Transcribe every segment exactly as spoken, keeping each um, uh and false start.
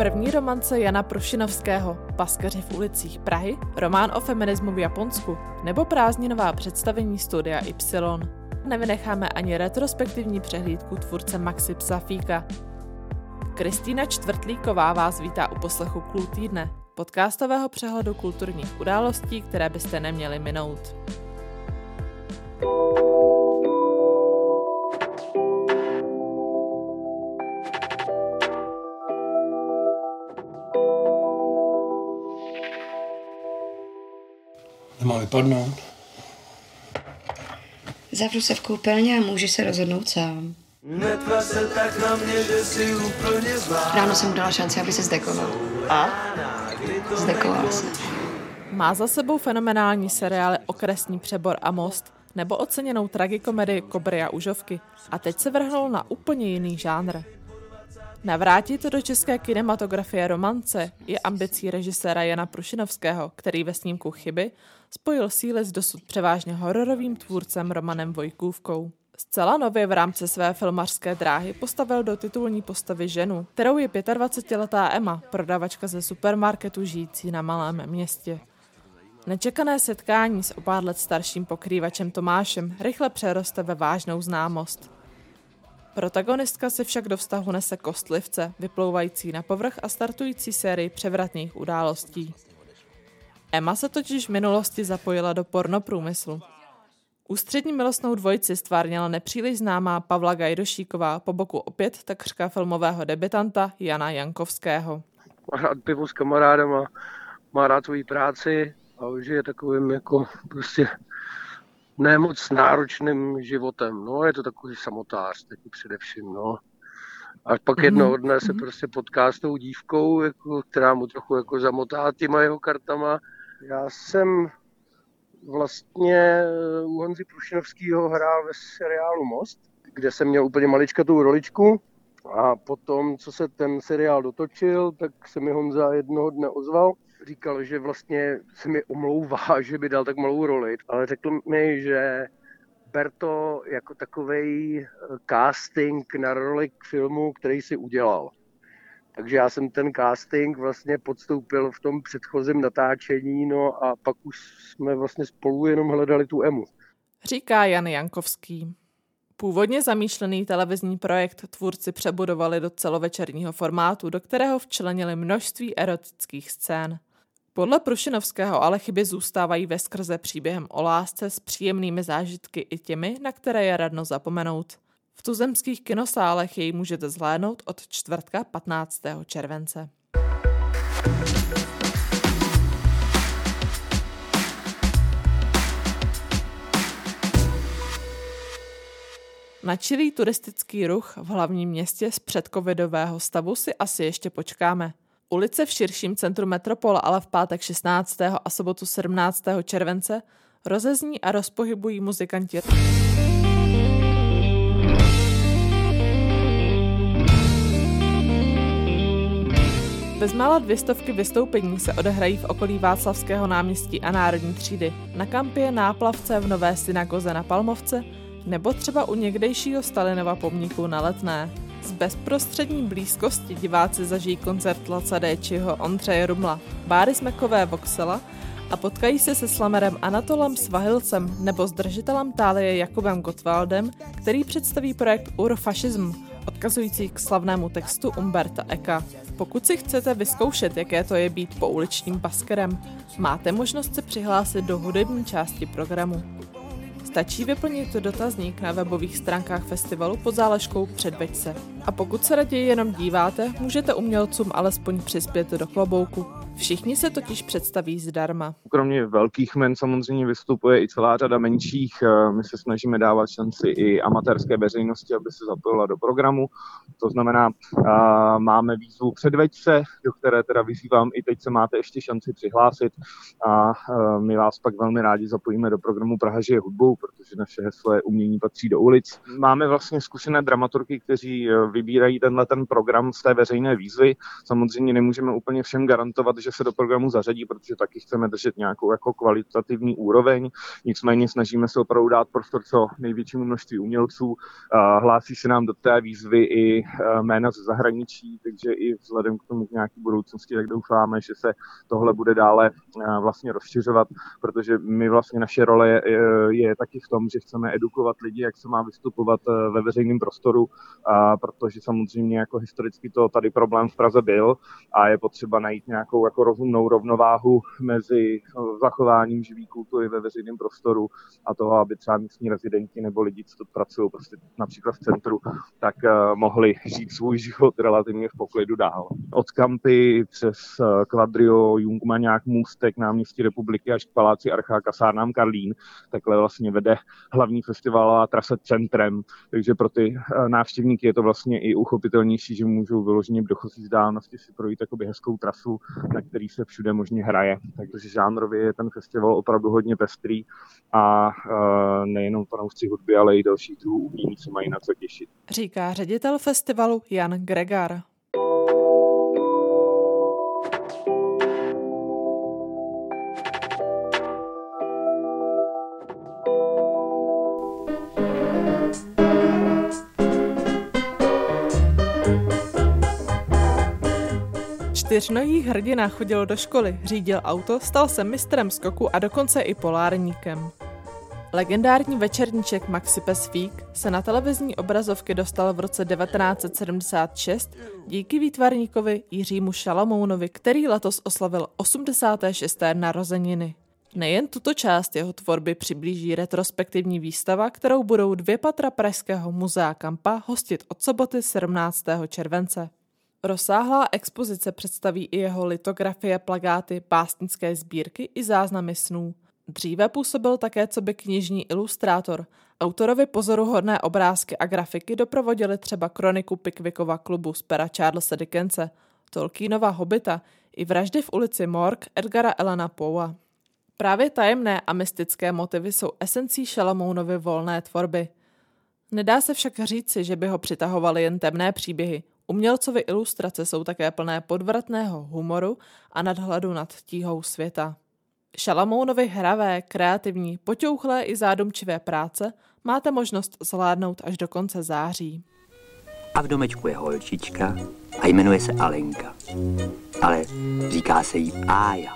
První romance Jana Prušinovského, Paskaři v ulicích Prahy, román o feminismu v Japonsku nebo prázdninová představení Studia Y. Nevynecháme ani retrospektivní přehlídku tvůrce Maxi Psafíka. Kristýna Čtvrtlíková vás vítá u poslechu Kul týdne, podcastového přehledu kulturních událostí, které byste neměli minout. Nemá vypadnout. Zavřu se v koupelně a můžeš se rozhodnout sám. Netva se tak na mě, že si úplně zvlášť. Ráno jsem mu dala šanci, aby se zdekoval. A? Zdekoval se. Má za sebou fenomenální seriály Okresní přebor a Most nebo oceněnou tragikomedii Kobry a užovky a teď se vrhnul na úplně jiný žánr. Navrátit do české kinematografie romance je ambicí režiséra Jana Prušinovského, který ve snímku Chyby spojil síly s dosud převážně hororovým tvůrcem Romanem Vojkůvkou. Zcela nově v rámci své filmařské dráhy postavil do titulní postavy ženu, kterou je dvacetiletá Emma, prodavačka ze supermarketu žijící na malém městě. Nečekané setkání s o pár let starším pokrývačem Tomášem rychle přeroste ve vážnou známost. Protagonistka si však do vztahu nese kostlivce, vyplouvající na povrch a startující sérii převratných událostí. Emma se totiž v minulosti zapojila do pornoprůmyslu. Ústřední milostnou dvojici stvárnila nepříliš známá Pavla Gajdošíková po boku opět takřka filmového debutanta Jana Jankovského. Má rád pivo s kamarádama, má rád svoji práci a žije takovým jako prostě nemoc náročným životem. No, je to takový samotář taky především, no. A pak jednoho dne se prostě potká s tou dívkou, jako, která mu trochu jako zamotá těma jeho kartama. Já jsem vlastně u Honzy Prušinovského hrál ve seriálu Most, kde jsem měl úplně maličkatou roličku a potom, co se ten seriál dotočil, tak se mi Honza jednoho dne ozval. Říkal, že vlastně se mi omlouvá, že by dal tak malou roli, ale řekl mi, že ber to jako takovej casting na roli k filmu, který si udělal. Takže já jsem ten casting vlastně podstoupil v tom předchozím natáčení, no a pak už jsme vlastně spolu jenom hledali tu Emu. Říká Jan Jankovský. Původně zamýšlený televizní projekt tvůrci přebudovali do celovečerního formátu, do kterého včlenili množství erotických scén. Podle Prušinovského ale Chyby zůstávají veskrze příběhem o lásce s příjemnými zážitky i těmi, na které je radno zapomenout. V tuzemských kinosálech jej můžete zhlédnout od čtvrtka patnáctého července. Na čilý turistický ruch v hlavním městě z předcovidového stavu si asi ještě počkáme. Ulice v širším centru metropole ale v pátek šestnáctého a sobotu sedmnáctého července rozezní a rozpohybují muzikanti. Bezmála dvě stovky vystoupení se odehrají v okolí Václavského náměstí a Národní třídy, na kampě Náplavce v Nové synagoze na Palmovce nebo třeba u někdejšího Stalinova pomníku na Letné. Z bezprostřední blízkosti diváci zažijí koncert Laca Déčiho, Ondřeje Rumla, Báry Smekové Voxela a potkají se se slamerem Anatolem Svahilcem nebo s držitelem tálie Jakubem Gottwaldem, který představí projekt Urfašism, odkazující k slavnému textu Umberta Ecka. Pokud si chcete vyzkoušet, jaké to je být pouličním baskerem, máte možnost se přihlásit do hudební části programu. Stačí vyplnit dotazník na webových stránkách festivalu pod záložkou Předveď se. A pokud se raději jenom díváte, můžete umělcům alespoň přispět do klobouku. Všichni se totiž představí zdarma. Kromě velkých men samozřejmě vystupuje i celá řada menších. My se snažíme dávat šanci i amatérské veřejnosti, aby se zapojila do programu. To znamená, máme výzvu Předveď se, do které teda vyzývám i teď se máte ještě šanci přihlásit a my vás pak velmi rádi zapojíme do programu Praha žije hudbou, protože naše heslo je umění patří do ulic. Máme vlastně zkušené dramaturgy, kteří vybírají tenhle ten program z té veřejné výzvy. Samozřejmě nemůžeme úplně všem garantovat, že se do programu zařadí, protože taky chceme držet nějakou jako kvalitativní úroveň. Nicméně snažíme se opravdu dát prostor co největšímu množství umělců. Hlásí se nám do té výzvy i jména ze zahraničí, takže i vzhledem k tomu k nějaké budoucnosti, tak doufáme, že se tohle bude dále vlastně rozšiřovat, protože my vlastně naše role je, je taky v tom, že chceme edukovat lidi, jak se má vystupovat ve veřejném prostoru, a protože samozřejmě jako historicky to tady problém v Praze byl a je potřeba najít nějakou jako rozumnou rovnováhu mezi zachováním živý kultury ve veřejném prostoru a toho, aby třeba místní rezidenti nebo lidi, co tu pracují prostě například v centru, tak uh, mohli žít svůj život relativně v poklidu dál. Od Kampy přes uh, Kvadrio, Jungmaňák, Můstek, Náměstí Republiky až k Paláci Archa, kasárnám Karlín, takhle vlastně vede hlavní festivalová trasa centrem, takže pro ty uh, návštěvníky je to vlastně i uchopitelnější, že můžou vyloženě v dochozí vzdálenosti si projít jakoby hezkou trasu, na který se všude možně hraje. Takže žánrově je ten festival opravdu hodně pestrý a uh, nejenom fanoušci hudby, ale i dalších druhů umění se mají na co těšit. Říká ředitel festivalu Jan Gregar. Čtyřnohý hrdina chodil do školy, řídil auto, stal se mistrem skoku a dokonce i polárníkem. Legendární večerníček Maxi Pes Fík se na televizní obrazovky dostal v roce devatenáct set sedmdesát šest díky výtvarníkovi Jiřímu Šalamounovi, který letos oslavil osmdesáté šesté narozeniny. Nejen tuto část jeho tvorby přiblíží retrospektivní výstava, kterou budou dvě patra Pražského muzea Kampa hostit od soboty sedmnáctého července. Rozsáhlá expozice představí i jeho litografie, plakáty, básnické sbírky i záznamy snů. Dříve působil také coby knižní ilustrátor. Autorovi pozoruhodné obrázky a grafiky doprovodili třeba kroniku Pickwickova klubu z pera Charlesa Dickense, Tolkienova Hobita i Vraždy v ulici Morgue Edgara Allana Poea. Právě tajemné a mystické motivy jsou esencí Šalamounovy volné tvorby. Nedá se však říci, že by ho přitahovaly jen temné příběhy. Umělcovy ilustrace jsou také plné podvratného humoru a nadhledu nad tíhou světa. Šalamounovy hravé, kreativní, poťouchlé i zádumčivé práce máte možnost zvládnout až do konce září. A v domečku je holčička a jmenuje se Alenka. Ale říká se jí Ája.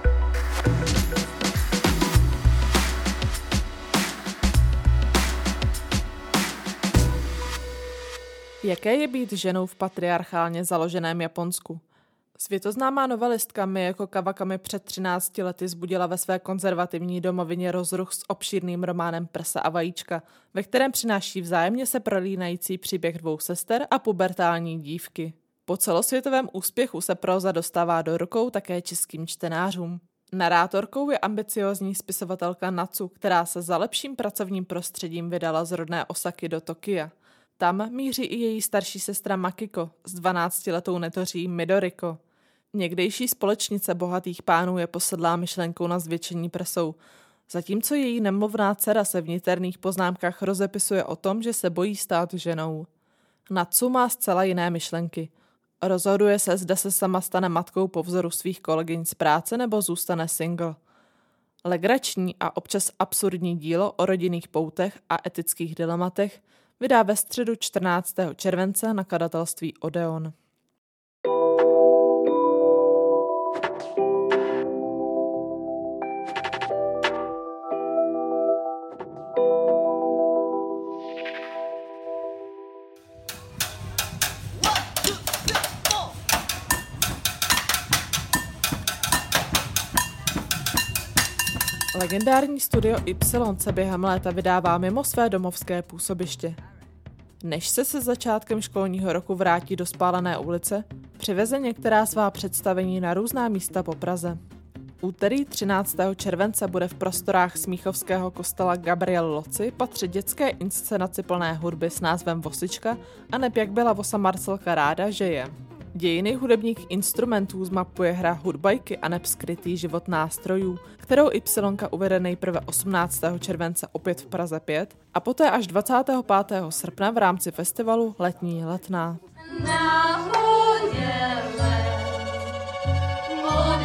Jaké je být ženou v patriarchálně založeném Japonsku? Světoznámá novelistka Mieko Kawakami před třinácti lety zbudila ve své konzervativní domovině rozruch s obšírným románem Prsa a vajíčka, ve kterém přináší vzájemně se prolínající příběh dvou sester a pubertální dívky. Po celosvětovém úspěchu se próza dostává do rukou také českým čtenářům. Narátorkou je ambiciózní spisovatelka Natsu, která se za lepším pracovním prostředím vydala z rodné Osaky do Tokia. Tam míří i její starší sestra Makiko s dvanáctiletou netoří Midoriko. Někdejší společnice bohatých pánů je posedlá myšlenkou na zvětšení prsou, zatímco její nemluvná dcera se v niterných poznámkách rozepisuje o tom, že se bojí stát ženou. Natsu má zcela jiné myšlenky. Rozhoduje se, zda se sama stane matkou po vzoru svých kolegyň z práce nebo zůstane single. Legrační a občas absurdní dílo o rodinných poutech a etických dilematech vydá ve středu čtrnáctého července nakladatelství Odeon. Legendární studio Y se během léta vydává mimo své domovské působiště. Než se se začátkem školního roku vrátí do Spálené ulice, přiveze některá svá představení na různá místa po Praze. Úterý třináctého července bude v prostorách smíchovského kostela Gabriel Loci patřit dětské inscenaci plné hudby s názvem Vosička a neb jak byla vosa Marcelka ráda, že je. Dějiny hudebních instrumentů zmapuje hra Hudbajky a neb skrytý život nástrojů, kterou Ypsilonka uvede nejprve osmnáctého července opět v Praze pět a poté až dvacátého pátého srpna v rámci festivalu Letní letná. Na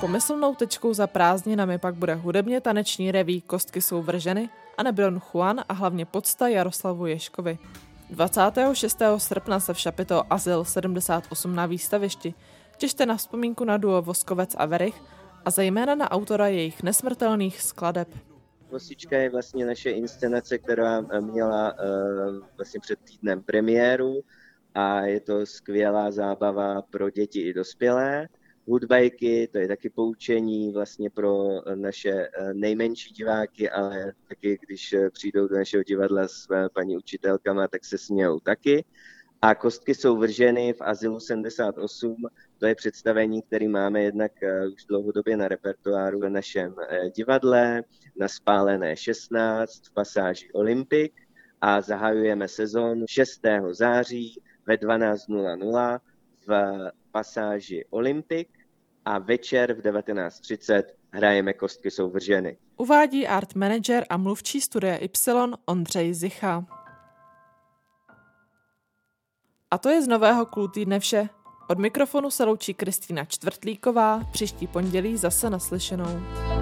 Pomyslnou tečkou za prázdninami pak bude hudebně taneční reví Kostky jsou vrženy a nebo Don Juan a hlavně pocta Jaroslavu Ježkovi. dvacátého šestého srpna se v Šapito Azyl sedmdesát osm na výstavišti těšte na vzpomínku na duo Voskovec a Verich a zejména na autora jejich nesmrtelných skladeb. Kostička je vlastně naše inscenace, která měla uh, vlastně před týdnem premiéru a je to skvělá zábava pro děti i dospělé. Hudbajky, to je taky poučení vlastně pro naše nejmenší diváky, ale taky když přijdou do našeho divadla s paní učitelkama, tak se smějou taky. A Kostky jsou vrženy v Azylu sedmdesát osm, to je představení, které máme jednak už dlouhodobě na repertoáru v našem divadle, na Spálené šestnáct, v pasáži Olympik a zahajujeme sezónu šestého září ve dvanáct nula nula v pasáži Olympik a večer v devatenáct třicet hrajeme Kostky jsou vrženy. Uvádí art manager a mluvčí Studia Y Ondřej Zicha. A to je z nového Cool týdne vše. Od mikrofonu se loučí Kristýna Čtvrtlíková, příští pondělí zase naslyšenou.